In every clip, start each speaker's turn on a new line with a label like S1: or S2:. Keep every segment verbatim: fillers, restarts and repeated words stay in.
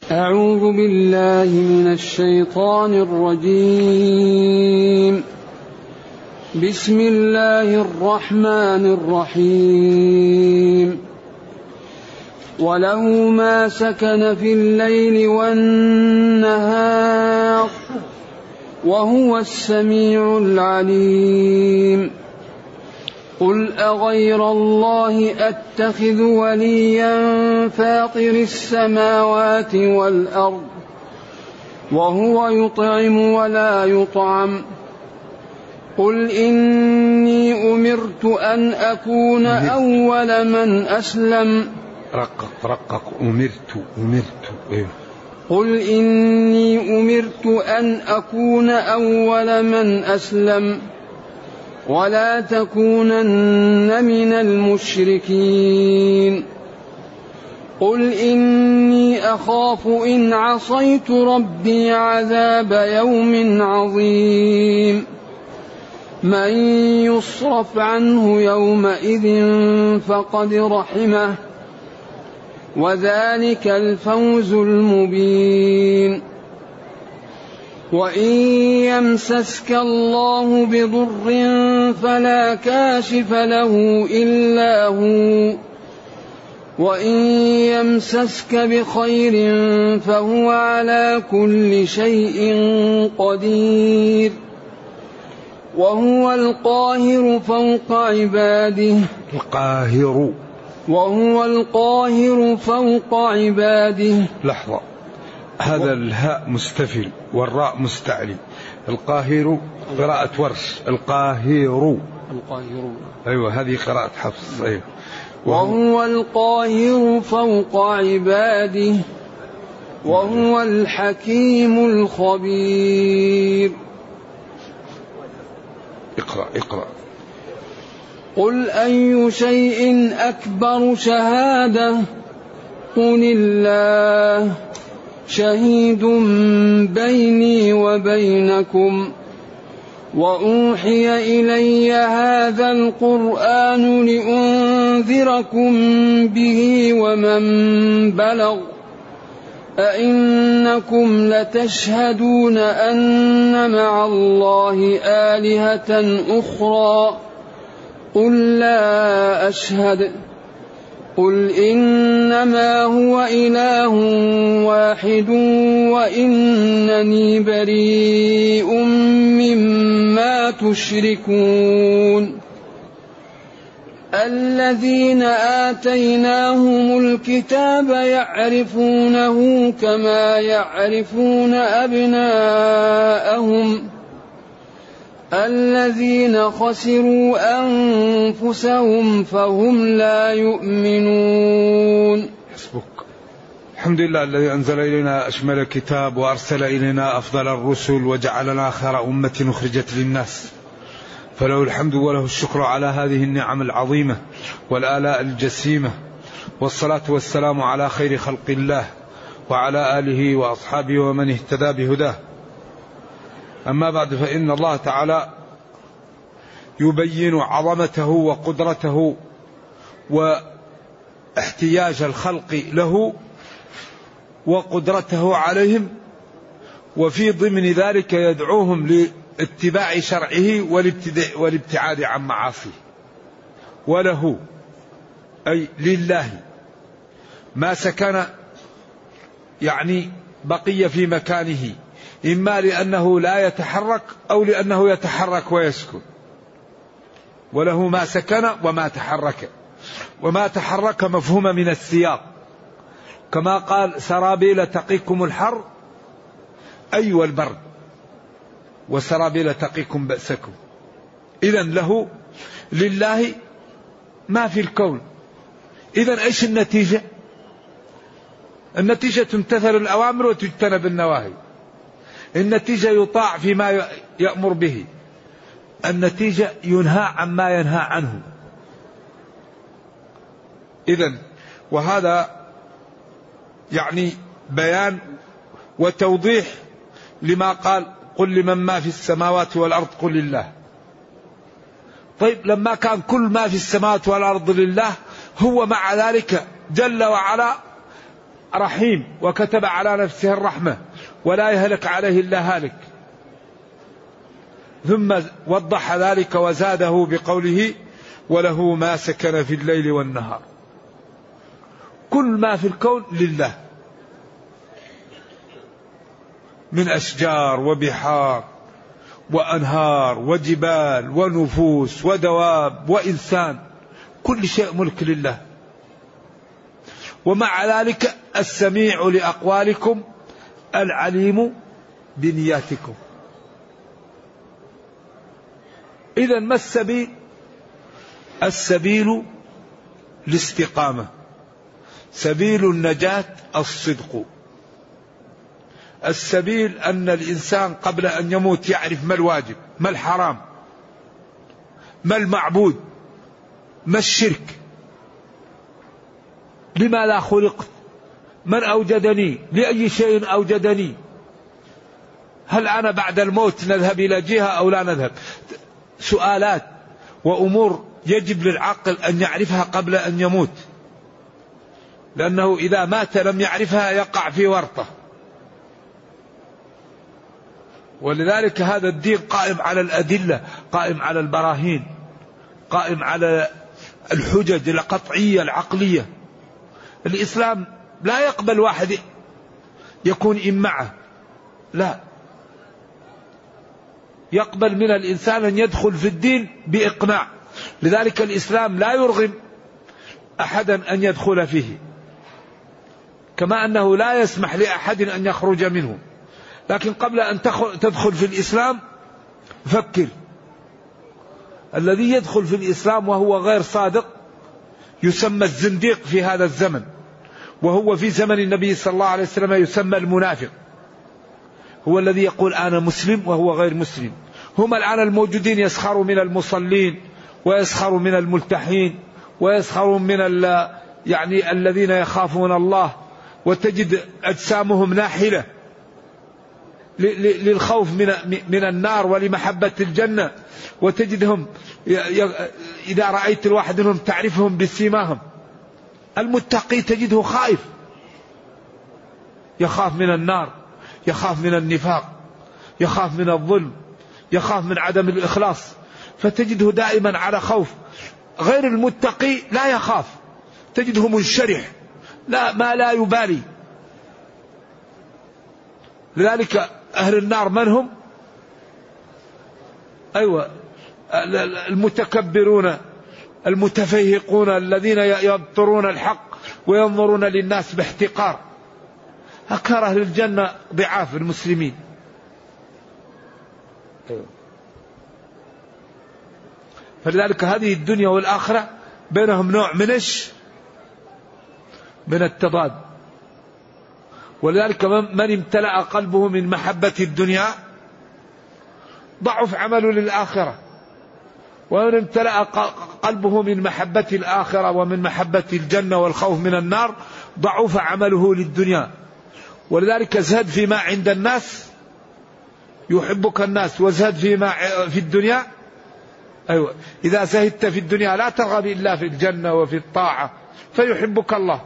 S1: أعوذ بالله من الشيطان الرجيم. بسم الله الرحمن الرحيم. وله ما سكن في الليل والنهار وهو السميع العليم. قل أغير الله أتخذ وليا فاطر السماوات والأرض وهو يطعم ولا يطعم. قل إني أمرت أن أكون أول من أسلم.
S2: رقق رقق أمرت أمرت إيه؟
S1: قل إني أمرت أن أكون أول من أسلم ولا تكونن من المشركين. قل إني أخاف إن عصيت ربي عذاب يوم عظيم. من يصرف عنه يومئذ فقد رحمه وذلك الفوز المبين. وإن يمسسك الله بضر فلا كاشف له إلا هو وإن يمسسك بخير فهو على كل شيء قدير. وهو القاهر فوق عباده.
S2: القاهر
S1: وهو القاهر فوق عباده.
S2: لحظة، هذا الهاء مستفل والراء مستعلي. القاهر قراءة ورش. القاهر
S1: القاهر
S2: أيوة، هذه قراءة حفص. أيوة.
S1: وهو القاهر فوق عباده وهو الحكيم الخبير.
S2: اقرأ اقرأ.
S1: قل أي شيء أكبر شهادة قل الله شهيد بيني وبينكم وأوحي إلي هذا القرآن لأنذركم به ومن بلغ. أئنكم لتشهدون أن مع الله آلهة أخرى قل لا أشهد. قل إنما هو إله واحد وإنني بريء مما تشركون. الذين آتيناهم الكتاب يعرفونه كما يعرفون أبناءهم الذين خسروا أنفسهم فهم لا يؤمنون.
S2: حسبك. الحمد لله الذي أنزل إلينا أشمل الكتاب وأرسل إلينا أفضل الرسل وجعلنا خير أمة أخرجت للناس، فله الحمد وله الشكر على هذه النعم العظيمة والآلاء الجسيمة، والصلاة والسلام على خير خلق الله وعلى آله وأصحابه ومن اهتدى بهداه. أما بعد، فإن الله تعالى يبين عظمته وقدرته واحتياج الخلق له وقدرته عليهم، وفي ضمن ذلك يدعوهم لاتباع شرعه والابتعاد عن معاصيه. وله أي لله ما سكن، يعني بقي في مكانه، إما لأنه لا يتحرك أو لأنه يتحرك ويسكن. وله ما سكن وما تحرك. وما تحرك مفهوم من السياق، كما قال سرابيل تقيكم الحر أي والبرد، وسرابيل تقيكم بأسكم. إذن له لله ما في الكون. إذن إيش النتيجة؟ النتيجة تمتثل الأوامر وتجتنب النواهي. النتيجة يطاع فيما يأمر به. النتيجة ينهى عما ينهى عنه. إذن وهذا يعني بيان وتوضيح لما قال قل لمن ما في السماوات والأرض قل لله. طيب لما كان كل ما في السماوات والأرض لله، هو مع ذلك جل وعلا رحيم وكتب على نفسه الرحمة ولا يهلك عليه إلا هالك. ثم وضح ذلك وزاده بقوله وله ما سكن في الليل والنهار. كل ما في الكون لله، من أشجار وبحار وأنهار وجبال ونفوس ودواب وإنسان، كل شيء ملك لله. ومع ذلك السميع لأقوالكم العليم بنياتكم. إذن ما السبيل؟ السبيل الاستقامة، سبيل النجاة الصدق. السبيل أن الإنسان قبل أن يموت يعرف ما الواجب، ما الحرام، ما المعبود، ما الشرك، لما لا خلقت، من أوجدني، لأي شيء أوجدني، هل أنا بعد الموت نذهب إلى جهة أو لا نذهب. سؤالات وأمور يجب للعقل أن يعرفها قبل أن يموت، لأنه إذا مات لم يعرفها يقع في ورطة. ولذلك هذا الدين قائم على الأدلة، قائم على البراهين، قائم على الحجج القطعية العقلية. الإسلام لا يقبل واحد يكون إمعة، لا، يقبل من الإنسان أن يدخل في الدين بإقناع. لذلك الإسلام لا يرغم أحدا أن يدخل فيه، كما أنه لا يسمح لأحد أن يخرج منه. لكن قبل أن تدخل في الإسلام فكر. الذي يدخل في الإسلام وهو غير صادق يسمى الزنديق في هذا الزمن، وهو في زمن النبي صلى الله عليه وسلم يسمى المنافق، هو الذي يقول أنا مسلم وهو غير مسلم. هم الآن الموجودين يسخروا من المصلين ويسخروا من الملتحين ويسخروا من يعني الذين يخافون الله، وتجد أجسامهم ناحلة للخوف من من النار ولمحبة الجنة، وتجدهم إذا رأيت الواحد منهم تعرفهم بسيماهم. المتقي تجده خائف، يخاف من النار، يخاف من النفاق، يخاف من الظلم، يخاف من عدم الإخلاص، فتجده دائما على خوف. غير المتقي لا يخاف، تجده منشرح، لا ما لا يبالي. لذلك أهل النار من هم؟ أيوة المتكبرون المتفيهقون الذين يبطرون الحق وينظرون للناس باحتقار. هكذا أهل الجنة ضعاف المسلمين. فلذلك هذه الدنيا والآخرة بينهم نوع منش من التضاد. ولذلك من امتلأ قلبه من محبة الدنيا ضعف عمله للآخرة، ومن امتلأ قلبه من محبة الآخرة ومن محبة الجنة والخوف من النار ضعف عمله للدنيا. ولذلك زهد فيما عند الناس يحبك الناس، وزهد فيما في الدنيا. أيوة إذا زهدت في الدنيا لا ترغب إلا في الجنة وفي الطاعة فيحبك الله.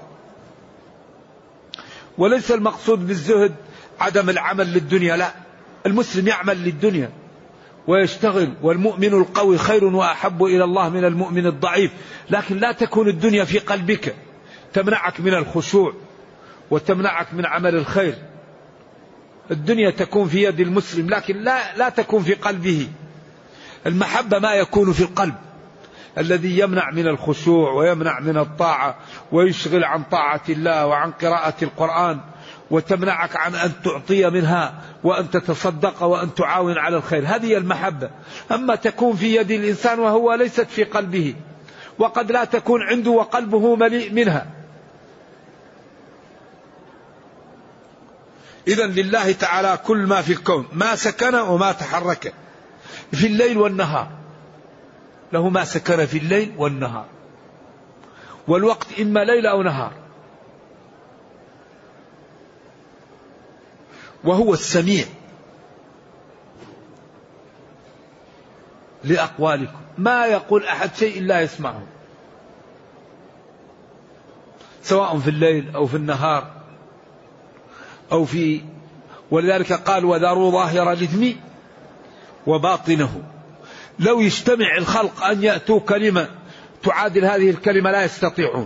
S2: وليس المقصود بالزهد عدم العمل للدنيا، لا، المسلم يعمل للدنيا ويشتغل، والمؤمن القوي خير وأحب إلى الله من المؤمن الضعيف، لكن لا تكون الدنيا في قلبك تمنعك من الخشوع وتمنعك من عمل الخير. الدنيا تكون في يد المسلم لكن لا, لا تكون في قلبه. المحبة ما يكون في القلب الذي يمنع من الخشوع ويمنع من الطاعة ويشغل عن طاعة الله وعن قراءة القرآن، وتمنعك عن أن تعطي منها وأن تتصدق وأن تعاون على الخير. هذه المحبة. أما تكون في يد الإنسان وهو ليست في قلبه، وقد لا تكون عنده وقلبه مليء منها. إذن لله تعالى كل ما في الكون، ما سكن وما تحرك في الليل والنهار، له ما سكن في الليل والنهار، والوقت إما ليل أو نهار. وهو السميع لأقوالكم، ما يقول أحد شيء إلا يسمعه، سواء في الليل أو في النهار أو في، ولذلك قال وذروا ظاهر الإثم وباطنه. لو يجتمع الخلق أن يأتوا كلمة تعادل هذه الكلمة لا يستطيعون.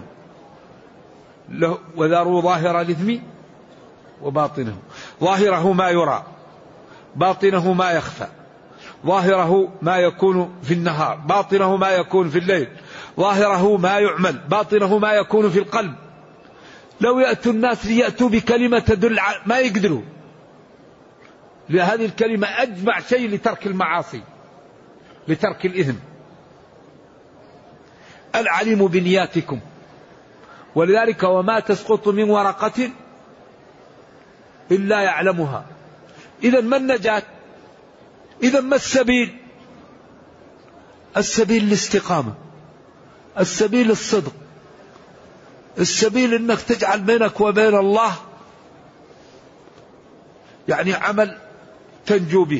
S2: وذروا ظاهر الإثم وباطنه. ظاهره ما يرى، باطنه ما يخفى. ظاهره ما يكون في النهار، باطنه ما يكون في الليل. ظاهره ما يعمل، باطنه ما يكون في القلب. لو يأتوا الناس ليأتوا بكلمة تدل على ما يقدروا، لهذه الكلمة أجمع شيء لترك المعاصي، لترك الإثم. العليم بنياتكم، ولذلك وما تسقط من ورقة إلا يعلمها. إذا ما النجاة؟ إذا ما السبيل؟ السبيل الاستقامة، السبيل الصدق، السبيل أنك تجعل بينك وبين الله يعني عمل تنجو به.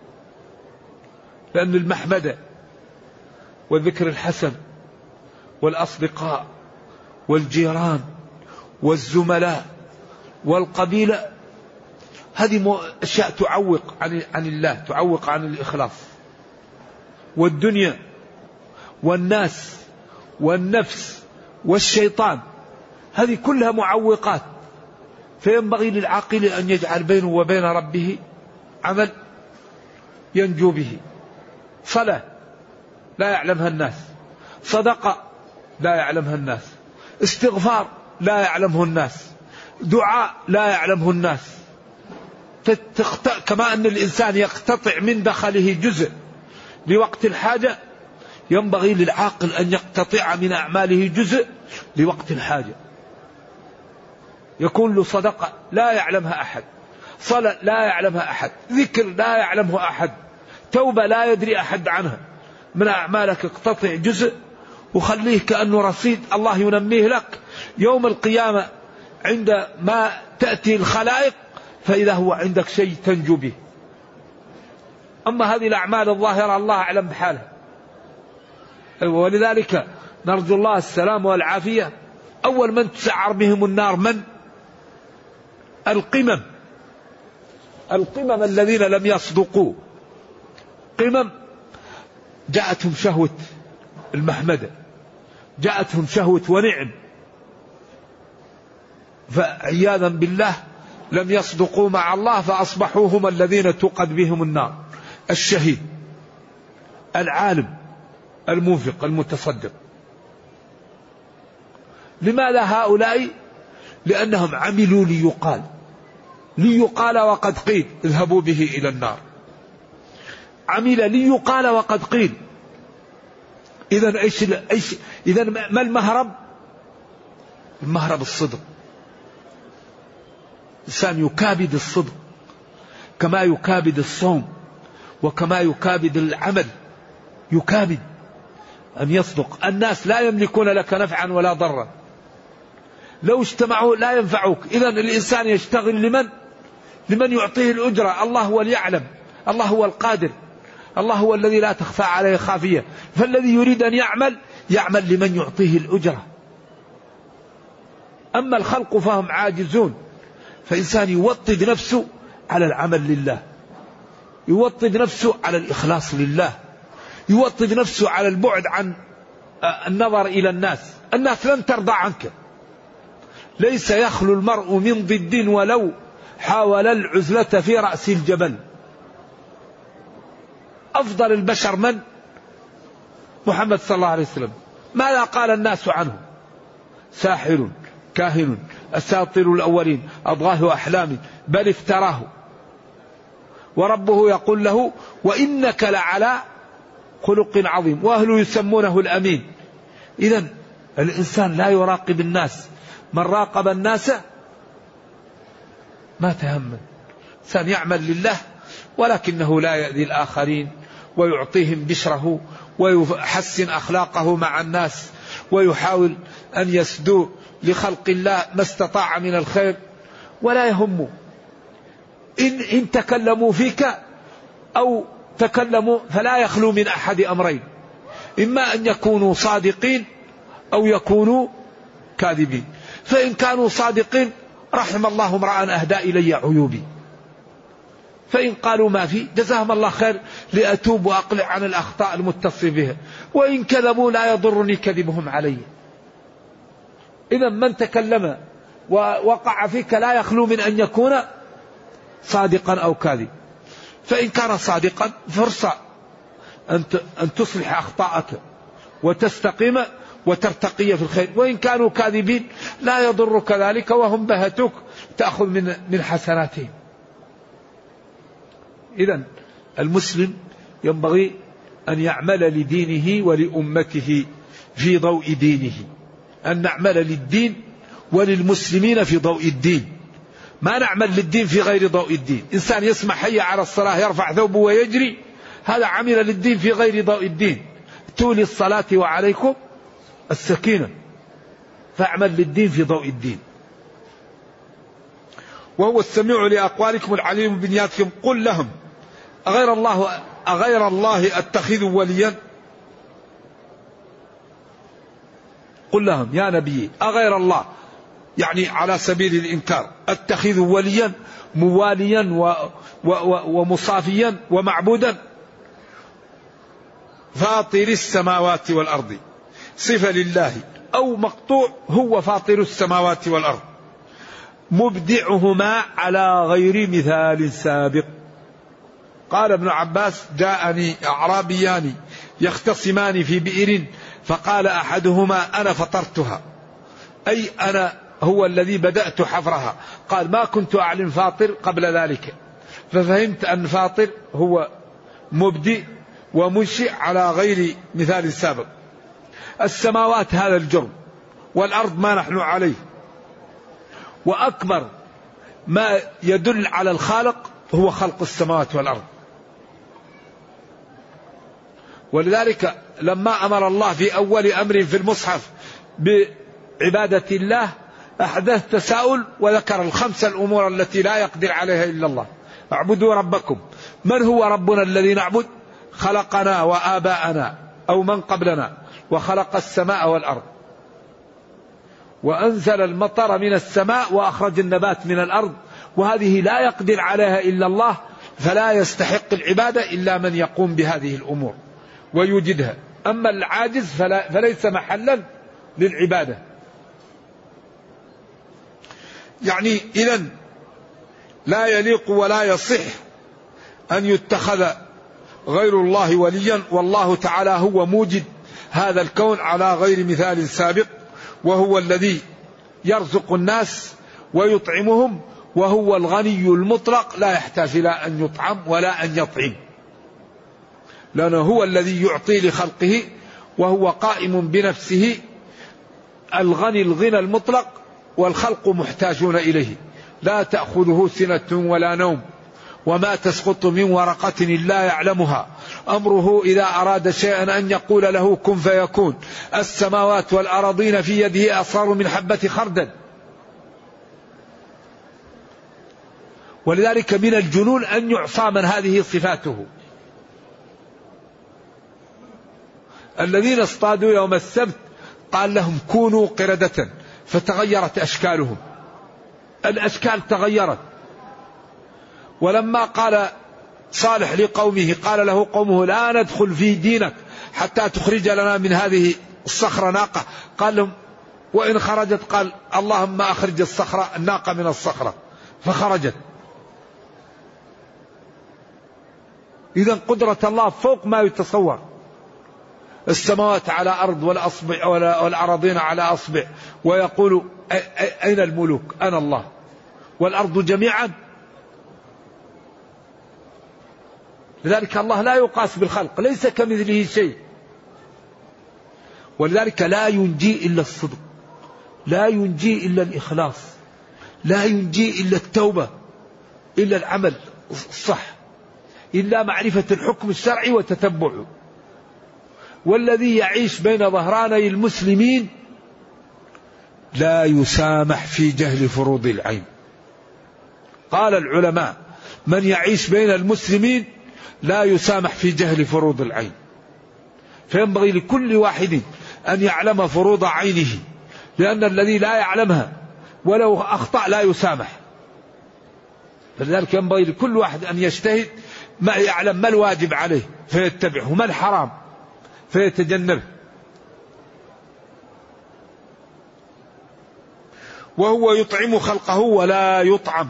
S2: لأن المحمدة والذكر الحسن والأصدقاء والجيران والزملاء والقبيلة هذه أشياء تعوق عن عن الله، تعوق عن الإخلاص. والدنيا والناس والنفس والشيطان هذه كلها معوقات. فينبغي للعاقل أن يجعل بينه وبين ربه عمل ينجو به. صلاة لا يعلمها الناس، صدقة لا يعلمها الناس، استغفار لا يعلمه الناس، دعاء لا يعلمه الناس. كما أن الإنسان يقتطع من دخله جزء لوقت الحاجة، ينبغي للعاقل أن يقتطع من أعماله جزء لوقت الحاجة. يكون له صدقة لا يعلمها أحد، صلاة لا يعلمها أحد، ذكر لا يعلمه أحد، توبة لا يدري أحد عنها. من أعمالك اقتطع جزء وخليه كأنه رصيد الله ينميه لك يوم القيامة عندما تأتي الخلائق، فإذا هو عندك شيء تنجو به. أما هذه الأعمال الظاهرة الله أعلم بحالها. ولذلك نرجو الله السلام والعافية. أول من تسعر بهم النار من؟ القمم. القمم الذين لم يصدقوا. قمم جاءتهم شهوة المحمدة، جاءتهم شهوة ونعم، فعياذا بالله لم يصدقوا مع الله فأصبحوا هم الذين توقد بهم النار. الشهيد، العالم، المنفق، المتصدق. لماذا هؤلاء؟ لأنهم عملوا ليقال، ليقال وقد قيل اذهبوا به إلى النار. عمل ليقال وقد قيل. إذن إيش إيش إذن ما المهرب؟ المهرب الصدق. الإنسان يكابد الصدق كما يكابد الصوم وكما يكابد العمل. يكابد أن يصدق. الناس لا يملكون لك نفعا ولا ضرا، لو اجتمعوا لا ينفعوك. إذن الإنسان يشتغل لمن؟ لمن يعطيه الأجرة. الله هو ليعلم، الله هو القادر، الله هو الذي لا تخفى عليه خافية. فالذي يريد أن يعمل يعمل لمن يعطيه الأجرة. أما الخلق فهم عاجزون. فإنسان يوطد نفسه على العمل لله، يوطد نفسه على الإخلاص لله، يوطد نفسه على البعد عن النظر إلى الناس. الناس لن ترضى عنك. ليس يخلو المرء من ضد ولو حاول العزلة في رأس الجبل. أفضل البشر من؟ محمد صلى الله عليه وسلم. ماذا قال الناس عنه؟ ساحر، كاهن، أساطير الأولين، أضغاه أحلام، بل افتراه. وربه يقول له وإنك لعلى خلق عظيم، وأهله يسمونه الأمين. إذن الإنسان لا يراقب الناس. من راقب الناس ما تهمل. إنسان يعمل لله ولكنه لا يأذي الآخرين ويعطيهم بشره ويحسن أخلاقه مع الناس ويحاول أن يسدو لخلق الله ما استطاع من الخير ولا يهم. إن, إن تكلموا فيك أو تكلموا فلا يخلو من أحد أمرين: إما أن يكونوا صادقين أو يكونوا كاذبين. فإن كانوا صادقين
S3: رحم الله امرأ أهدى إلي عيوبي، فإن قالوا ما في جزاهم الله خير لأتوب وأقلع عن الأخطاء المتصل بها، وإن كذبوا لا يضرني كذبهم علي. إذا من تكلم ووقع فيك لا يخلو من أن يكون صادقا أو كاذب، فإن كان صادقا فرصة أن تصلح أخطاءك وتستقيم وترتقي في الخير، وإن كانوا كاذبين لا يضرك ذلك وهم بهتوك تأخذ من من حسناتهم. إذن المسلم ينبغي أن يعمل لدينه ولأمته في ضوء دينه، أن نعمل للدين وللمسلمين في ضوء الدين، ما نعمل للدين في غير ضوء الدين. إنسان يسمع حي على الصلاة يرفع ثوبه ويجري، هذا عمل للدين في غير ضوء الدين. تولي الصلاة وعليكم السكينة، فاعمل للدين في ضوء الدين. وهو السميع لأقوالكم العليم بنياتكم. قل لهم أغير الله أغير الله أتخذ وليا، قل لهم يا نبي أغير الله، يعني على سبيل الإنكار، أتخذ وليا مواليا و و و ومصافيا ومعبودا. فاطر السماوات والأرض صفة لله أو مقطوع، هو فاطر السماوات والأرض مبدعهما على غير مثال سابق. قال ابن عباس جاءني أعرابيان يختصمان في بئر فقال أحدهما أنا فطرتها، أي أنا هو الذي بدأت حفرها. قال ما كنت أعلم فاطر قبل ذلك، ففهمت أن فاطر هو مبدئ ومنشئ على غير مثال سابق. السماوات هذا الجرم، والأرض ما نحن عليه، وأكبر ما يدل على الخالق هو خلق السماوات والأرض. ولذلك لما أمر الله في أول أمر في المصحف بعبادة الله أحدث تساؤل وذكر الخمس الأمور التي لا يقدر عليها إلا الله. اعبدوا ربكم. من هو ربنا الذي نعبد؟ خلقنا وآباءنا أو من قبلنا، وخلق السماء والأرض، وأنزل المطر من السماء وأخرج النبات من الأرض، وهذه لا يقدر عليها إلا الله، فلا يستحق العبادة إلا من يقوم بهذه الأمور ويوجدها. أما العاجز فلا فليس محلا للعبادة. يعني إذن لا يليق ولا يصح أن يتخذ غير الله وليا، والله تعالى هو موجد هذا الكون على غير مثال سابق، وهو الذي يرزق الناس ويطعمهم، وهو الغني المطلق لا يحتاج إلى أن يطعم ولا أن يطعم، لأنه هو الذي يعطي لخلقه، وهو قائم بنفسه الغني الغنى المطلق، والخلق محتاجون إليه. لا تأخذه سنة ولا نوم، وما تسقط من ورقة إلا يعلمها، أمره إذا أراد شيئا أن يقول له كن فيكون. السماوات والأراضين في يده أصغر من حبة خردل. ولذلك من الجنون أن يعصى من هذه صفاته. الذين اصطادوا يوم السبت قال لهم كونوا قردة، فتغيرت أشكالهم، الأشكال تغيرت. ولما قال صالح لقومه قال له قومه لا ندخل في دينك حتى تخرج لنا من هذه الصخرة ناقة. قال لهم وإن خرجت، قال اللهم أخرج الصخرة الناقة من الصخرة، فخرجت. إذن قدرة الله فوق ما يتصور. السماوات على أرض والأصبع والأراضين على أصبع، ويقول أين الملوك؟ أنا الله. والأرض جميعا. لذلك الله لا يقاس بالخلق، ليس كمثله شيء. ولذلك لا ينجي إلا الصدق، لا ينجي إلا الإخلاص، لا ينجي إلا التوبة، إلا العمل الصح، إلا معرفة الحكم الشرعي وتتبعه. والذي يعيش بين ظهراني المسلمين لا يسامح في جهل فروض العين. قال العلماء من يعيش بين المسلمين لا يسامح في جهل فروض العين. فينبغي لكل واحد أن يعلم فروض عينه، لأن الذي لا يعلمها ولو أخطأ لا يسامح. فلذلك ينبغي لكل واحد أن يجتهد ما يعلم ما الواجب عليه فيتبعه وما الحرام فيتجنبه. وهو يطعم خلقه ولا يطعم.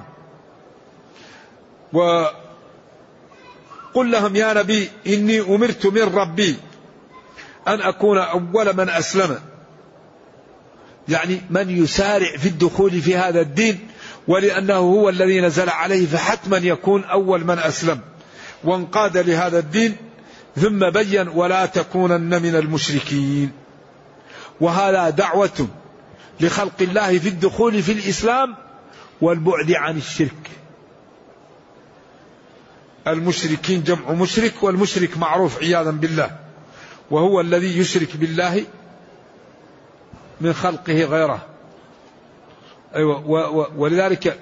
S3: وقل لهم يا نبي إني أمرت من ربي أن أكون أول من أسلم، يعني من يسارع في الدخول في هذا الدين، ولأنه هو الذي نزل عليه فحتما يكون أول من أسلم وانقاد لهذا الدين. ثم بين ولا تكونن من المشركين. وهذا دعوة لخلق الله في الدخول في الإسلام والبعد عن الشرك. المشركين جمع مشرك، والمشرك معروف عياذا بالله وهو الذي يشرك بالله من خلقه غيره. أيوة. ولذلك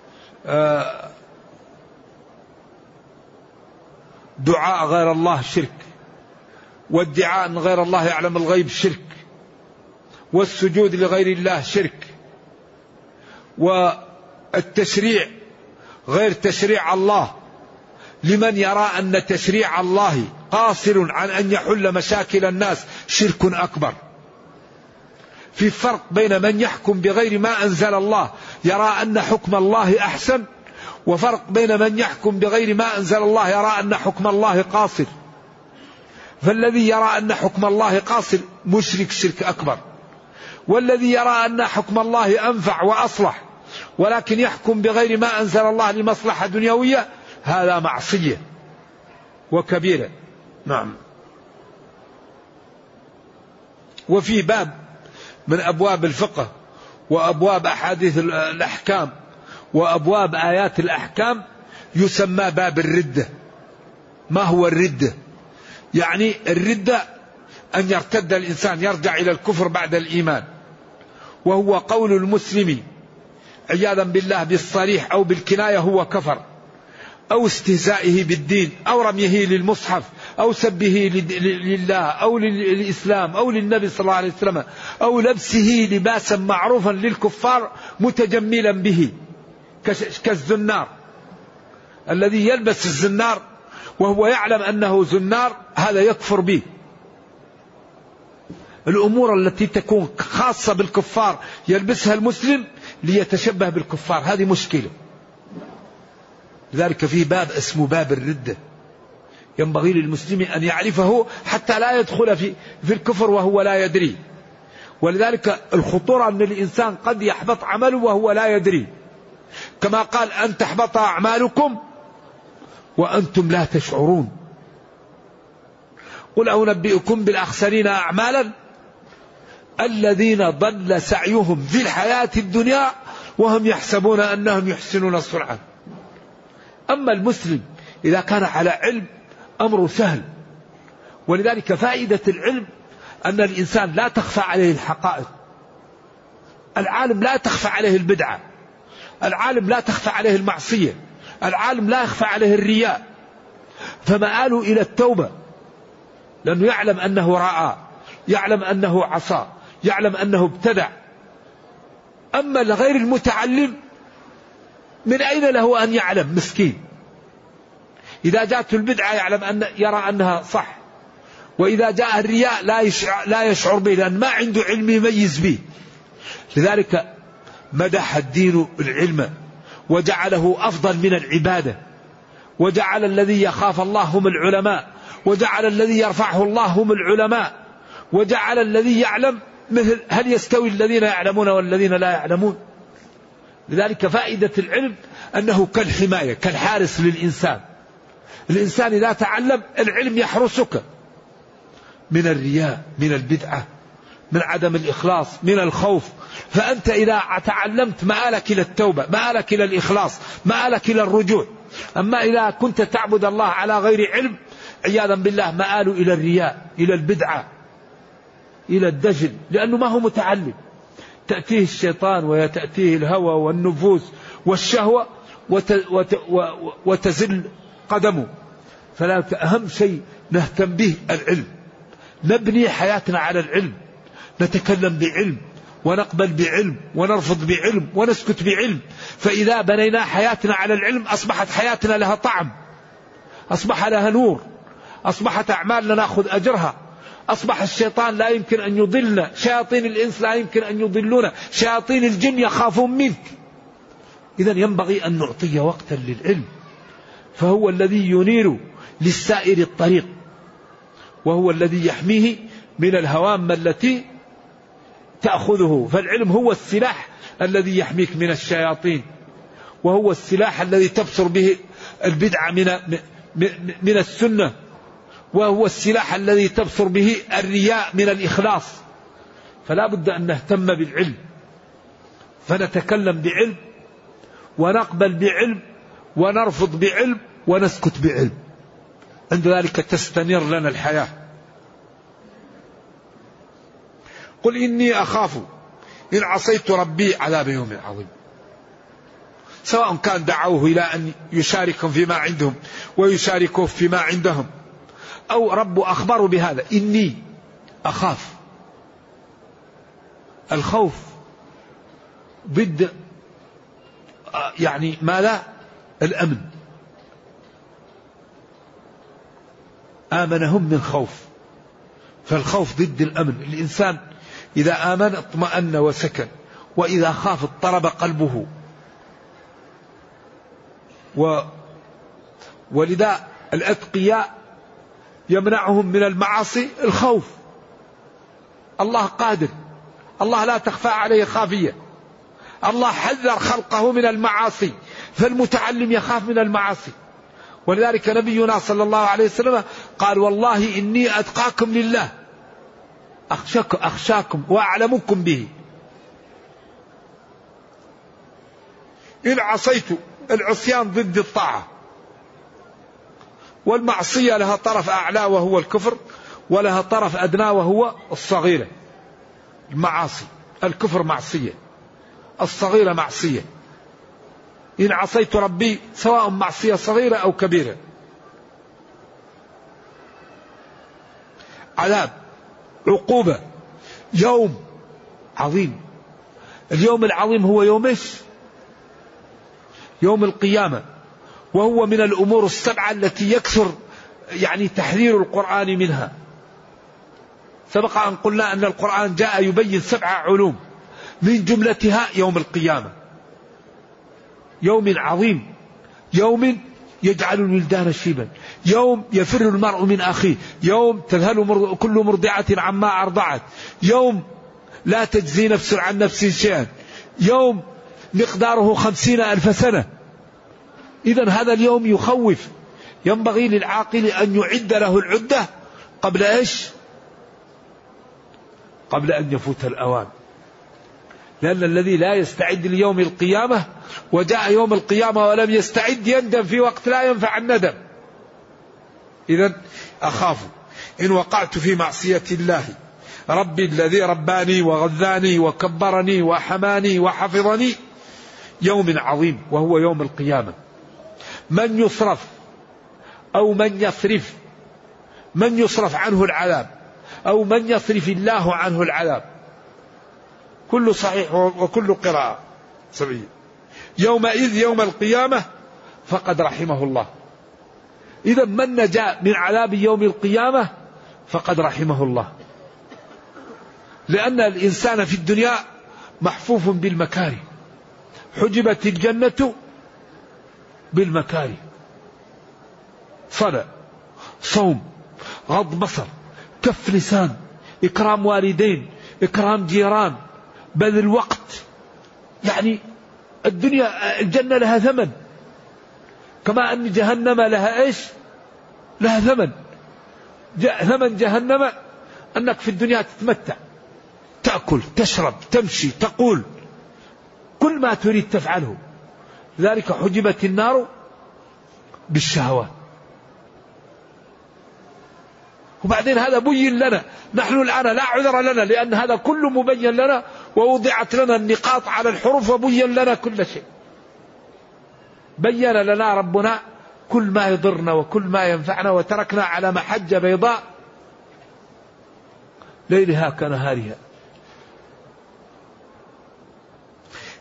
S3: دعاء غير الله شرك، والدعاء أن غير الله يعلم الغيب شرك، والسجود لغير الله شرك، والتشريع غير تشريع الله لمن يرى أن تشريع الله قاصر عن أن يحل مشاكل الناس شرك أكبر. في فرق بين من يحكم بغير ما أنزل الله يرى أن حكم الله أحسن، وفرق بين من يحكم بغير ما أنزل الله يرى أن حكم الله قاصر. فالذي يرى أن حكم الله قاصر مشرك شرك أكبر، والذي يرى أن حكم الله أنفع وأصلح ولكن يحكم بغير ما أنزل الله لمصلحة دنيوية هذا معصية وكبيرة. نعم. وفي باب من أبواب الفقه وأبواب أحاديث الأحكام وأبواب آيات الأحكام يسمى باب الردة. ما هو الردة؟ يعني الردة أن يرتد الإنسان يرجع إلى الكفر بعد الإيمان، وهو قول المسلم عياذا بالله بالصريح أو بالكناية هو كفر، أو استهزائه بالدين، أو رميه للمصحف، أو سبه لله أو للإسلام أو للنبي صلى الله عليه وسلم، أو لبسه لباسا معروفا للكفار متجملا به كالزنار. الذي يلبس الزنار وهو يعلم أنه زنار هذا يكفر به. الأمور التي تكون خاصة بالكفار يلبسها المسلم ليتشبه بالكفار هذه مشكلة. لذلك في باب اسمه باب الردة ينبغي للمسلم أن يعرفه حتى لا يدخل في, في الكفر وهو لا يدري. ولذلك الخطورة أن الإنسان قد يحبط عمله وهو لا يدري، كما قال أن تحبط أعمالكم وأنتم لا تشعرون. قل أنبئكم بالأخسرين أعمالا الذين ضل سعيهم في الحياة الدنيا وهم يحسبون أنهم يحسنون صنعا. أما المسلم إذا كان على علم أمره سهل. ولذلك فائدة العلم أن الإنسان لا تخفى عليه الحقائق. العالم لا تخفى عليه البدعة، العالم لا تخفى عليه المعصية، العالم لا يخفى عليه الرياء، فمآله إلى التوبة لأنه يعلم أنه رأى، يعلم أنه عصى، يعلم أنه ابتدع. أما لغير المتعلم من أين له أن يعلم؟ مسكين. إذا جاءت البدعة يعلم أن يرى أنها صح، وإذا جاء الرياء لا يشعر, لا يشعر به لأن ما عنده علم يميز به. لذلك مدح الدين العلم وجعله أفضل من العبادة، وجعل الذي يخاف الله هم العلماء، وجعل الذي يرفعه الله هم العلماء، وجعل الذي يعلم مثل هل يستوي الذين يعلمون والذين لا يعلمون. لذلك فائدة العلم أنه كالحماية كالحارس للإنسان. الإنسان إذا تعلم العلم يحرسك من الرياء، من البدعة، من عدم الإخلاص، من الخوف. فأنت إذا تعلمت مآلك إلى التوبة، مآلك إلى الإخلاص، مآلك إلى الرجوع. أما إذا كنت تعبد الله على غير علم عياذا بالله مآل إلى الرياء، إلى البدعة، إلى الدجل، لأنه ما هو متعلم. تأتيه الشيطان ويتأتيه الهوى والنفوس والشهوة وت وت وتزل قدمه. فلا أهم شيء نهتم به العلم، نبني حياتنا على العلم، نتكلم بعلم، ونقبل بعلم ونرفض بعلم ونسكت بعلم. فإذا بنينا حياتنا على العلم أصبحت حياتنا لها طعم، أصبح لها نور، أصبحت أعمالنا نأخذ أجرها، أصبح الشيطان لا يمكن أن يضلنا، شياطين الإنس لا يمكن أن يضلونا، شياطين الجن يخافون منك. إذن ينبغي أن نعطي وقتا للعلم، فهو الذي ينير للسائر الطريق، وهو الذي يحميه من الهوام التي تأخذه. فالعلم هو السلاح الذي يحميك من الشياطين، وهو السلاح الذي تبصر به البدعة من من السنة، وهو السلاح الذي تبصر به الرياء من الإخلاص. فلا بد أن نهتم بالعلم، فنتكلم بعلم ونقبل بعلم ونرفض بعلم ونسكت بعلم، عند ذلك تستنير لنا الحياة. قل إني أخاف إن عصيت ربي عذاب يوم عظيم. سواء كان دعوه إلى أن يشاركهم فيما عندهم ويشاركوه فيما عندهم، أو رب أخبروا بهذا، إني أخاف. الخوف ضد يعني ماذا؟ الأمن. آمنهم من خوف، فالخوف ضد الأمن. الإنسان إذا آمن اطمأن وسكن، وإذا خاف اضطرب قلبه. و ولذا الأتقياء يمنعهم من المعاصي الخوف. الله قادر، الله لا تخفى عليه خافية. الله حذر خلقه من المعاصي، فالمتعلم يخاف من المعاصي. ولذلك نبينا صلى الله عليه وسلم قال والله إني أتقاكم لله أخشاكم, أخشاكم وأعلمكم به. إن عصيت، العصيان ضد الطاعة، والمعصية لها طرف أعلى وهو الكفر، ولها طرف أدنى وهو الصغيرة. المعاصي، الكفر معصية، الصغيرة معصية. إن عصيت ربي سواء معصية صغيرة أو كبيرة. عذاب، عقوبة، يوم عظيم. اليوم العظيم هو يوم ايش؟ يوم القيامة، وهو من الأمور السبعة التي يكثر يعني تحذير القرآن منها. سبق أن قلنا أن القرآن جاء يبين سبع علوم، من جملتها يوم القيامة، يوم عظيم، يوم يجعل الولدان شيبا، يوم يفر المرء من أخيه، يوم تذهل كل مرضعة عما أرضعت، يوم لا تجزي نفس عن نفس شيئا، يوم مقداره خمسين ألف سنة. إذن هذا اليوم يخوف، ينبغي للعاقل أن يعد له العدة قبل إيش؟ قبل أن يفوت الأوان. لأن الذي لا يستعد ليوم القيامة وجاء يوم القيامة ولم يستعد يندم في وقت لا ينفع الندم. إذن أخاف إن وقعت في معصية الله ربي الذي رباني وغذاني وكبرني وحماني وحفظني يوم عظيم، وهو يوم القيامة. من يصرف أو من يصرف، من يصرف عنه العذاب أو من يصرف الله عنه العذاب، كل صحيح وكل قراءة سبعية. يومئذ يوم القيامة فقد رحمه الله. إذا من نجا من عذاب يوم القيامة فقد رحمه الله، لأن الإنسان في الدنيا محفوف بالمكاره، حجبت الجنة بالمكاره، صلاة، صوم، غض بصر، كف لسان، إكرام والدين، إكرام جيران، بذل وقت. يعني الدنيا الجنة لها ثمن، كما أن جهنم لها إيش؟ لها ثمن. ثمن جهنم أنك في الدنيا تتمتع، تأكل، تشرب، تمشي، تقول، كل ما تريد تفعله. لذلك حجبت النار بالشهوات. وبعدين هذا بين لنا، نحن الآن لا عذر لنا، لأن هذا كله مبين لنا، ووضعت لنا النقاط على الحروف وبين لنا كل شيء. بين لنا ربنا كل ما يضرنا وكل ما ينفعنا، وتركنا على محجة بيضاء ليلها كنهارها.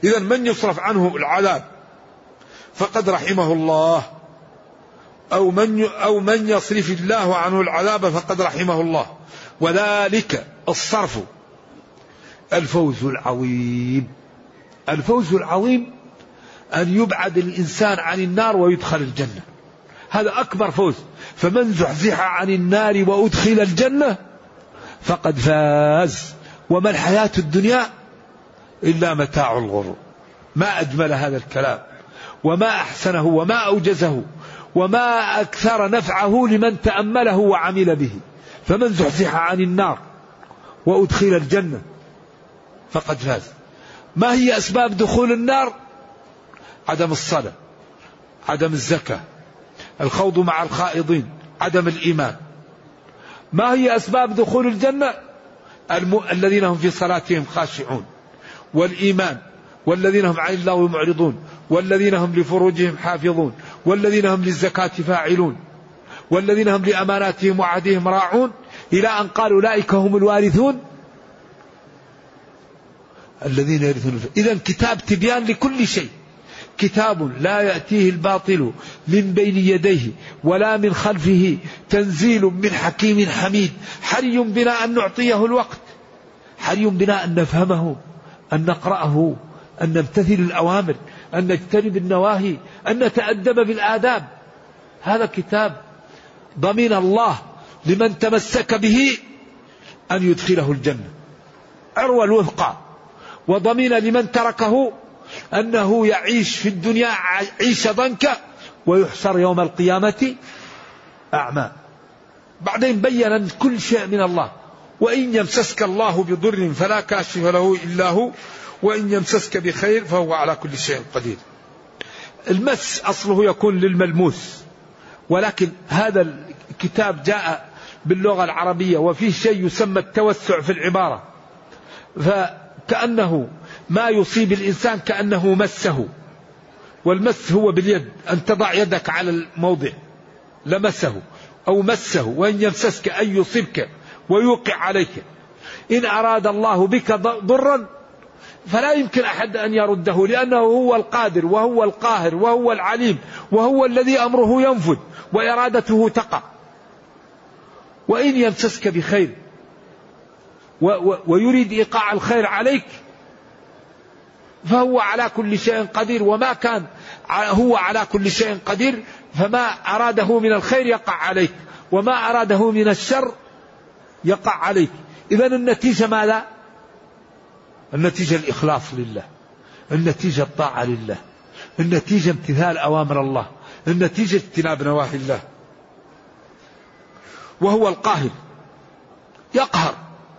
S3: إذا من يصرف عنه العذاب فقد رحمه الله، أو من أو من يصرف الله عنه العذاب فقد رحمه الله. وذلك الصرف الفوز العظيم. الفوز العظيم أن يبعد الإنسان عن النار ويدخل الجنة، هذا أكبر فوز. فمن زحزح عن النار وأدخل الجنة فقد فاز، وما الحياة الدنيا إلا متاع الغرور. ما أجمل هذا الكلام، وما أحسنه، وما أوجزه، وما أكثر نفعه لمن تأمله وعمل به. فمن زحزح عن النار وأدخل الجنة فقد فاز. ما هي أسباب دخول النار؟ عدم الصلاة، عدم الزكاة، الخوض مع الخائضين، عدم الإيمان. ما هي أسباب دخول الجنة؟ الم... الذين هم في صلاتهم خاشعون، والإيمان، والذين هم عن الله معرضون، والذين هم لفروجهم حافظون، والذين هم للزكاة فاعلون، والذين هم لأماناتهم وعهدهم راعون، إلى أن قال أولئك هم الوارثون الذين يرثون. إذن كتاب تبيان لكل شيء، كتاب لا يأتيه الباطل من بين يديه ولا من خلفه، تنزيل من حكيم حميد. حري بنا أن نعطيه الوقت، حري بنا أن نفهمه، أن نقرأه، أن نمتثل الأوامر، أن نجتنب النواهي، أن نتأدب بالآداب. هذا كتاب ضمين الله لمن تمسك به أن يدخله الجنة عروة الوثقى، وضمين لمن تركه أنه يعيش في الدنيا عيش ضنكا ويحشر يوم القيامة أعمى. بعدين بيّن كل شيء من الله. وإن يمسسك الله بضر فلا كاشف له إلا هو، وإن يمسسك بخير فهو على كل شيء قدير. المس أصله يكون للملموس، ولكن هذا الكتاب جاء باللغة العربية وفيه شيء يسمى التوسع في العبارة، فكأنه ما يصيب الإنسان كأنه مسه. والمس هو باليد، أن تضع يدك على الموضع، لمسه أو مسه. وإن يمسسك أن يصيبك ويوقع عليك. إن أراد الله بك ضرا فلا يمكن أحد أن يرده، لأنه هو القادر وهو القاهر وهو العليم وهو الذي أمره ينفذ وإرادته تقع. وإن يمسسك بخير ويريد إيقاع الخير عليك فهو على كل شيء قدير. وما كان هو على كل شيء قدير فما أراده من الخير يقع عليك، وما أراده من الشر يقع عليك. إذن النتيجة ماذا؟ النتيجة الإخلاص لله، النتيجة الطاعة لله، النتيجة امتثال أوامر الله، النتيجة اجتناب نواهي الله. وهو القاهر يقهر.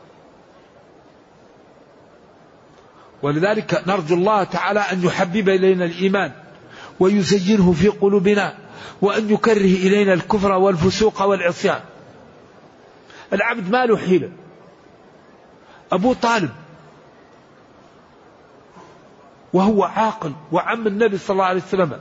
S3: ولذلك نرجو الله تعالى أن يحبب إلينا الإيمان ويزينه في قلوبنا، وأن يكره إلينا الكفر والفسوق والعصيان. العبد ما له حيلة. أبو طالب وهو عاقل وعم النبي صلى الله عليه وسلم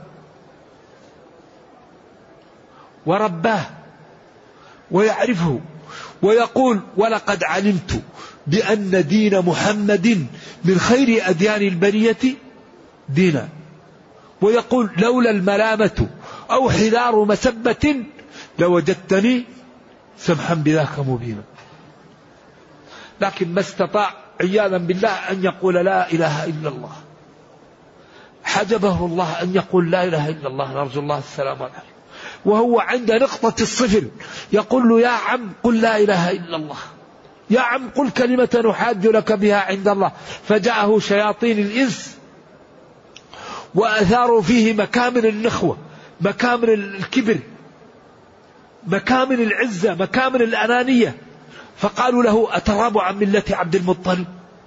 S3: ورباه ويعرفه، ويقول ولقد علمت بأن دين محمد من خير أديان البرية دينا. ويقول لولا الملامة أو حذار مسبة لوجدتني سمحا بذاك مبينا. لكن ما استطاع عياذا بالله أن يقول لا إله إلا الله. حجبه الله أن يقول لا إله إلا الله، نرجو الله السلام عليه. وهو عند نقطة الصفر يقول له يا عم قل لا إله إلا الله، يا عم قل كلمة نحاج لك بها عند الله. فجاءه شياطين الإنس وأثاروا فيه مكامن النخوة، مكامن الكبر، مكامن العزة، مكامن الأنانية. فقالوا له أتراب عن ملة عبد المطلب.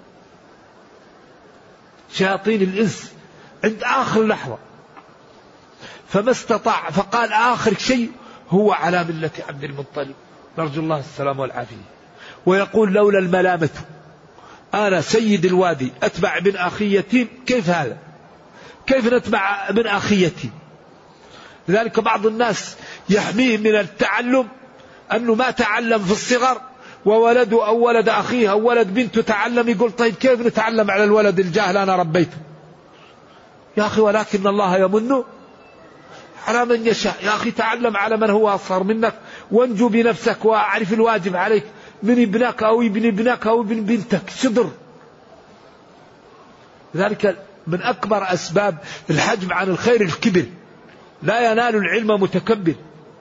S3: شياطين الإنس عند آخر لحظة، فما استطاع، فقال آخر شيء هو على ملة عبد المطلب، نرجو الله السلام والعافية. ويقول لولا الملامة أنا سيد الوادي أتبع ابن أخي يتيم. كيف هذا؟ كيف نتبع ابن أخي يتيم؟ لذلك بعض الناس يحميه من التعلم أنه ما تعلم في الصغر، وولده أو ولد أخيه أو ولد بنته تعلم، يقول طيب كيف نتعلم على الولد الجاهل أنا ربيته؟ يا أخي ولكن الله يمن على من يشاء. يا أخي تعلم على من هو أصغر منك وانجو بنفسك وأعرف الواجب عليك من ابنك أو ابن ابنك أو ابن بنتك. صدر. لذلك من أكبر أسباب الحجم عن الخير الكبر. لا ينال العلم متكبر.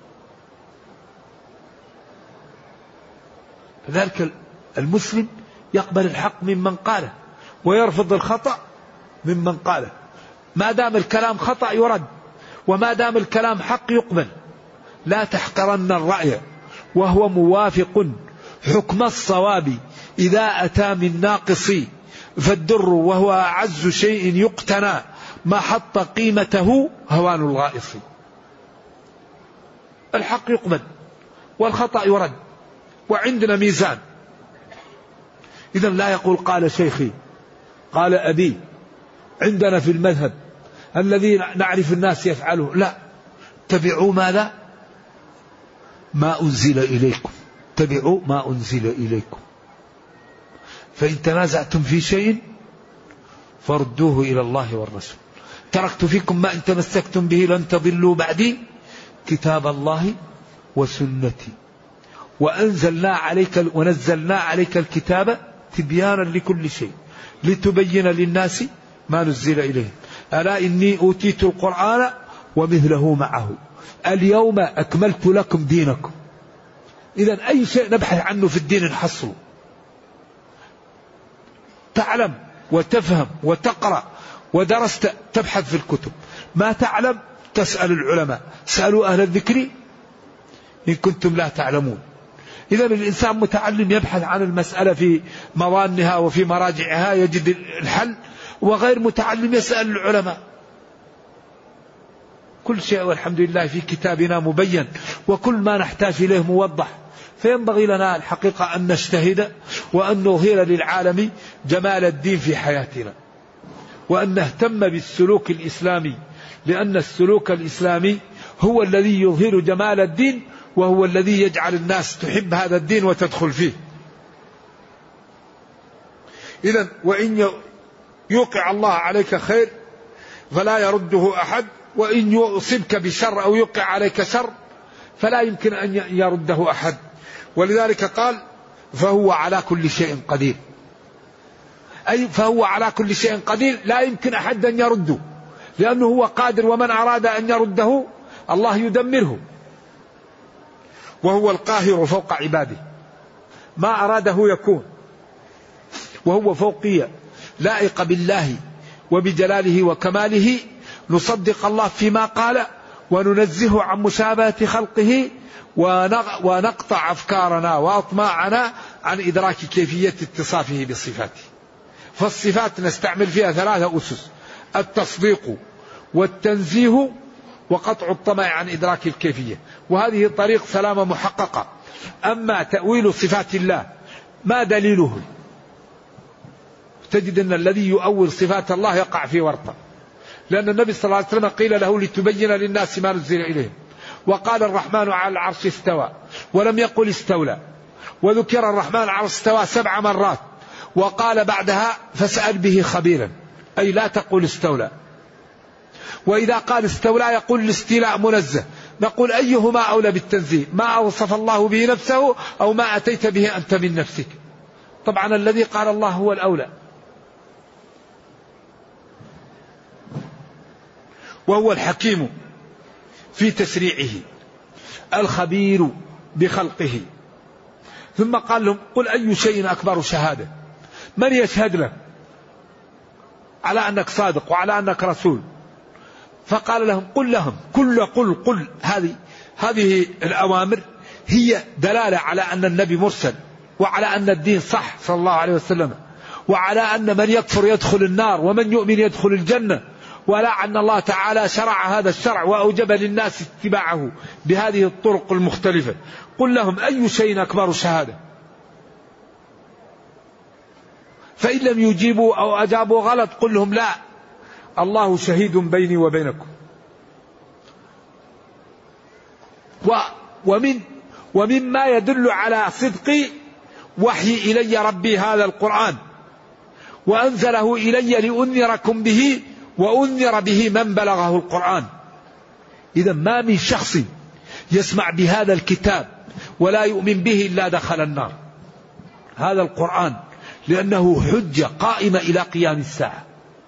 S3: لذلك المسلم يقبل الحق ممن قاله ويرفض الخطأ ممن قاله. ما دام الكلام خطأ يرد، وما دام الكلام حق يقبل. لا تحقرن الرأي وهو موافق حكم الصواب إذا أتى من ناقص، فالدر وهو أعز شيء يقتنى ما حط قيمته هوان الغائص. الحق يقبل والخطأ يرد، وعندنا ميزان. إذا لا يقول قال شيخي قال أبي. عندنا في المذهب الذي نعرف الناس يفعله، لا، تبعوا ماذا؟ ما أنزل إليكم. تبعوا ما أنزل إليكم. فإن تنازعتم في شيء فردوه إلى الله والرسول. تركت فيكم ما إن تمسكتم به لن تضلوا بعدي كتاب الله وسنتي وأنزلنا عليك ونزلنا عليك الكتاب تبيانا لكل شيء لتبين للناس ما نزل إليهم. ألا إني أوتيت القرآن ومثله معه اليوم أكملت لكم دينكم. إذا أي شيء نبحث عنه في الدين نحصله. تعلم وتفهم وتقرأ ودرست تبحث في الكتب. ما تعلم تسأل العلماء. سألوا أهل الذكر إن كنتم لا تعلمون. إذا الإنسان متعلم يبحث عن المسألة في موانها وفي مراجعها يجد الحل، وغير متعلم يسأل العلماء. كل شيء والحمد لله في كتابنا مبين، وكل ما نحتاج إليه موضح. فينبغي لنا الحقيقة أن نجتهد وأن نظهر للعالم جمال الدين في حياتنا، وأن نهتم بالسلوك الإسلامي، لأن السلوك الإسلامي هو الذي يظهر جمال الدين، وهو الذي يجعل الناس تحب هذا الدين وتدخل فيه. إذن وإن يوقع الله عليك خير فلا يرده أحد، وإن يصبك بشر أو يوقع عليك شر فلا يمكن أن يرده أحد. ولذلك قال فهو على كل شيء قدير. أي فهو على كل شيء قدير، لا يمكن أحد أن يرده، لأنه هو قادر، ومن أراد أن يرده الله يدمره. وهو القاهر فوق عباده، ما أراده يكون، وهو فوقية لائقة بالله وبجلاله وكماله. نصدق الله فيما قال وننزه عن مشابهة خلقه، ونقطع أفكارنا وأطماعنا عن إدراك كيفية اتصافه بصفاته. فالصفات نستعمل فيها ثلاثة أسس: التصديق والتنزيه وقطع الطمع عن إدراك الكيفية، وهذه طريق سلامة محققة. أما تأويل صفات الله ما دليله؟ تجد أن الذي يؤول صفات الله يقع في ورطة، لأن النبي صلى الله عليه وسلم قيل له لتبين للناس ما نزل إليهم، وقال الرحمن على العرش استوى ولم يقل استولى، وذكر الرحمن على العرش استوى سبع مرات، وقال بعدها فاسأل به خبيرا، أي لا تقول استولى. وإذا قال استولى يقول الاستيلاء منزه. نقول أيهما أولى بالتنزيه؟ ما أوصف الله به نفسه أو ما أتيت به أنت من نفسك؟ طبعا الذي قال الله هو الأولى. وهو الحكيم في تشريعه الخبير بخلقه. ثم قال لهم قل أي شيء أكبر شهادة؟ من يشهد لك على أنك صادق وعلى أنك رسول؟ فقال لهم قل لهم كل قل قل هذه هذه الأوامر هي دلالة على أن النبي مرسل، وعلى أن الدين صح صلى الله عليه وسلم، وعلى أن من يكفر يدخل النار ومن يؤمن يدخل الجنة، ولا أن الله تعالى شرع هذا الشرع وأوجب للناس اتباعه بهذه الطرق المختلفة. قل لهم أي شيء أكبر شهادة؟ فإن لم يجيبوا أو أجابوا غلط قل لهم لا، الله شهيد بيني وبينكم. ومن ومما يدل على صدق وحي إلي ربي هذا القرآن وأنزله إلي لأنذركم به وأنذر به من بلغه القرآن. إذا ما من شخص يسمع بهذا الكتاب ولا يؤمن به إلا دخل النار. هذا القرآن لأنه حجة قائمة إلى قيام الساعة،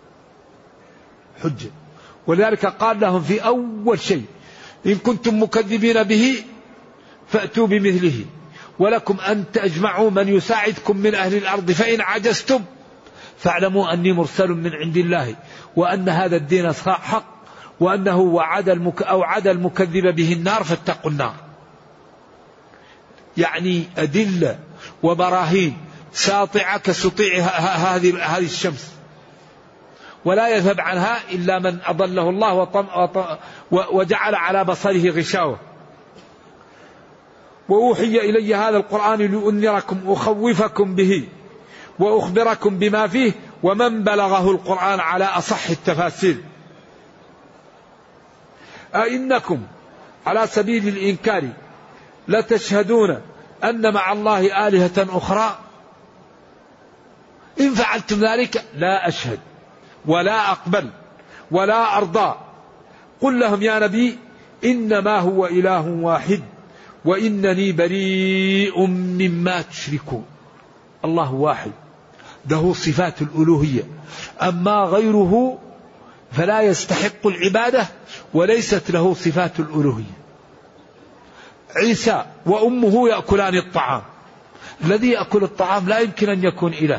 S3: حجة. ولذلك قال لهم في أول شيء إن كنتم مكذبين به فأتوا بمثله ولكم أن تجمعوا من يساعدكم من أهل الأرض فإن عجزتم فاعلموا أني مرسل من عند الله وأن هذا الدين حق وأنه وعد المك أو عد المكذب به النار فاتقوا النار. يعني أدلة وبراهين ساطعة كسطيع هذه هذه الشمس، ولا يذهب عنها إلا من أضله الله وطم وجعل على بصره غشاوة. وأوحي إلي هذا القرآن لأنذركم أخوفكم به وأخبركم بما فيه ومن بلغه القرآن على أصح التفاسير. أئنكم على سبيل الإنكار لتشهدون أن مع الله آلهة أخرى إن فعلتم ذلك لا أشهد ولا أقبل ولا أرضى. قل لهم يا نبي إنما هو إله واحد وإنني بريء مما تشركون. الله واحد له صفات الألوهية، أما غيره فلا يستحق العبادة وليست له صفات الألوهية. عيسى وأمه يأكلان الطعام، الذي يأكل الطعام لا يمكن أن يكون إله.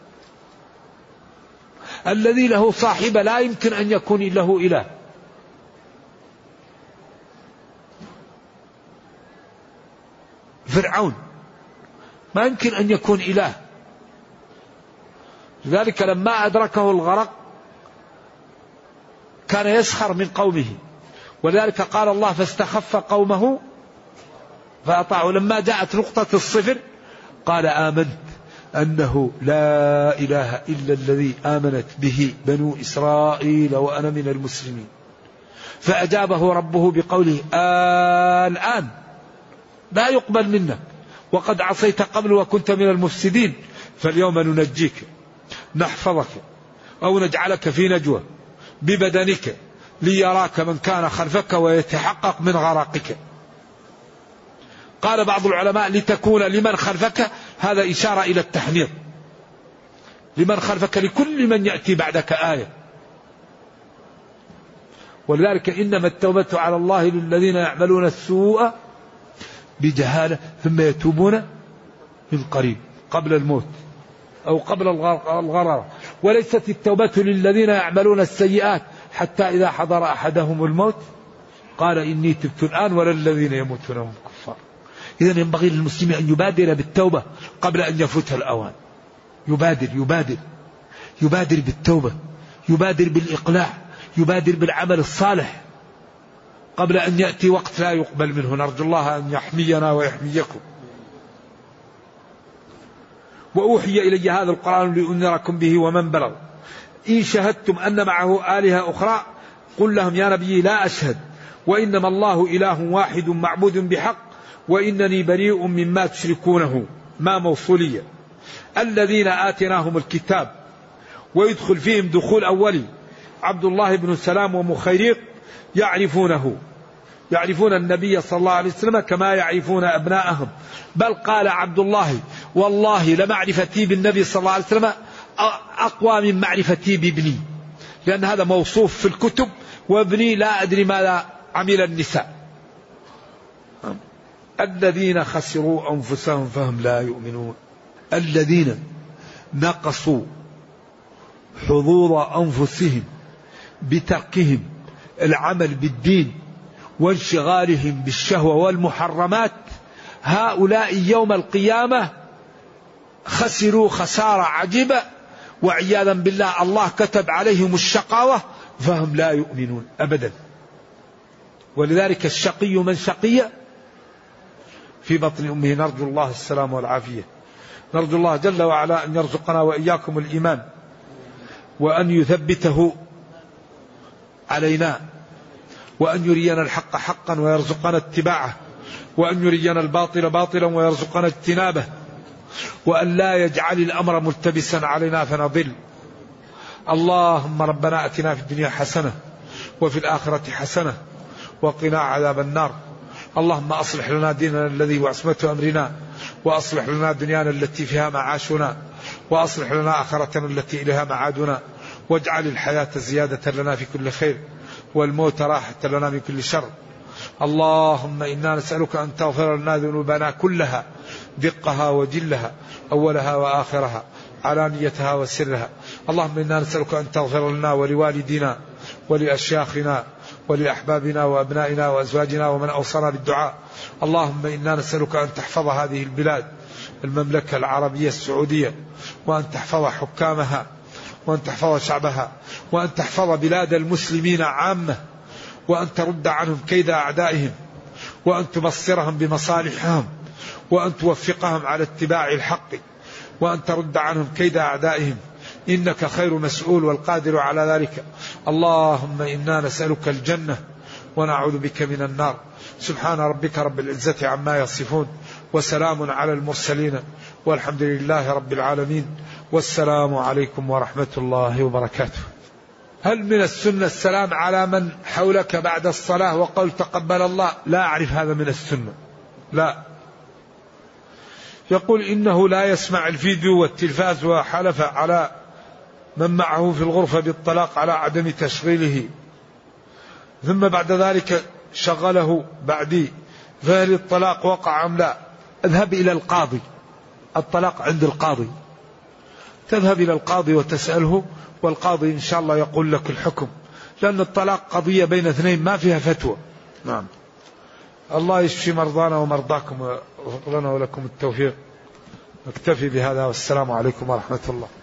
S3: الذي له صاحبة لا يمكن أن يكون له إله. فرعون ما يمكن أن يكون إله. لذلك لما أدركه الغرق كان يسخر من قومه، ولذلك قال الله فاستخف قومه فأطاعوا. لما جاءت نقطة الصفر قال آمنت أنه لا إله إلا الذي آمنت به بنو إسرائيل وأنا من المسلمين. فأجابه ربه بقوله آه الآن لا يقبل منك وقد عصيت قبل وكنت من المفسدين فاليوم ننجيك نحفظك أو نجعلك في نجوى ببدنك ليراك من كان خلفك ويتحقق من غرقك. قال بعض العلماء لتكون لمن خلفك، هذا إشارة إلى التحنيط. لمن خلفك لكل من يأتي بعدك آية. ولذلك إنما التوبة على الله للذين يعملون السوء بجهالة ثم يتوبون من قريب قبل الموت أو قبل الغرر. وليست التوبة للذين يعملون السيئات حتى إذا حضر أحدهم الموت قال إني تبت الآن ولا الذين يموتون هم كفار. إذن ينبغي للمسلم أن يبادر بالتوبة قبل أن يفوت الأوان. يبادر يبادر يبادر بالتوبة، يبادر بالإقلاع، يبادر بالعمل الصالح قبل أن يأتي وقت لا يقبل منه. نرجو الله أن يحمينا ويحميكم. وأوحي إلي هذا القرآن لأنذركم به ومن بلغ. إن شهدتم أن معه آلهة أخرى قل لهم يا نبي لا أشهد وإنما الله إله واحد معبود بحق وإنني بريء مما تشركونه. ما موصولية. الذين آتيناهم الكتاب ويدخل فيهم دخول أولي عبد الله بن سلام ومخيريق يعرفونه، يعرفون النبي صلى الله عليه وسلم كما يعرفون أبناءهم. بل قال عبد الله والله لمعرفتي بالنبي صلى الله عليه وسلم أقوى من معرفتي بابني، لأن هذا موصوف في الكتب وابني لا أدري ماذا عمل النساء. الذين خسروا أنفسهم فهم لا يؤمنون. الذين نقصوا حظوظ أنفسهم بتركهم العمل بالدين وانشغالهم بالشهوة والمحرمات، هؤلاء يوم القيامة خسروا خسارة عجيبة وعياذا بالله الله كتب عليهم الشقاوة فهم لا يؤمنون أبدا. ولذلك الشقي من شقي في بطن أمه. نرجو الله السلام والعافية. نرجو الله جل وعلا أن يرزقنا وإياكم الإيمان وأن يثبته علينا وأن يرينا الحق حقا ويرزقنا اتباعه وأن يرينا الباطل باطلا ويرزقنا اجتنابه وأن لا يجعل الأمر ملتبسا علينا فنضل. اللهم ربنا أتنا في الدنيا حسنة وفي الآخرة حسنة وقنا عذاب النار. اللهم أصلح لنا ديننا الذي هو عصمة أمرنا، وأصلح لنا دنيانا التي فيها معاشنا، وأصلح لنا آخرتنا التي إليها معادنا، واجعل الحياة زيادة لنا في كل خير والموت راحة لنا من كل شر. اللهم إنا نسألك أن تغفر لنا ذنوبنا كلها دقها وجلها أولها وآخرها علانيتها وسرها. اللهم إنا نسألك أن تغفر لنا ولوالدينا ولأشياخنا ولأحبابنا وأبنائنا وأزواجنا ومن أوصانا بالدعاء. اللهم إنا نسألك أن تحفظ هذه البلاد المملكة العربية السعودية، وأن تحفظ حكامها، وأن تحفظ شعبها، وأن تحفظ بلاد المسلمين عامة، وأن ترد عنهم كيد أعدائهم، وأن تبصرهم بمصالحهم، وأن توفقهم على اتباع الحق، وأن ترد عنهم كيد أعدائهم، إنك خير مسؤول والقادر على ذلك. اللهم إنا نسألك الجنة ونعوذ بك من النار. سبحان ربك رب العزة عما يصفون، وسلام على المرسلين، والحمد لله رب العالمين، والسلام عليكم ورحمة الله وبركاته. هل من السنة السلام على من حولك بعد الصلاة وقل تقبل الله؟ لا أعرف هذا من السنة، لا. يقول إنه لا يسمع الفيديو والتلفاز، وحلف على من معه في الغرفة بالطلاق على عدم تشغيله، ثم بعد ذلك شغله بعدي، فهل الطلاق وقع أم لا؟ اذهب إلى القاضي، الطلاق عند القاضي، تذهب إلى القاضي وتسأله، والقاضي إن شاء الله يقول لك الحكم، لأن الطلاق قضية بين اثنين ما فيها فتوى. نعم. الله يشفي مرضانا ومرضاكم ويوفق لنا ولكم التوفيق. نكتفي بهذا، والسلام عليكم ورحمة الله.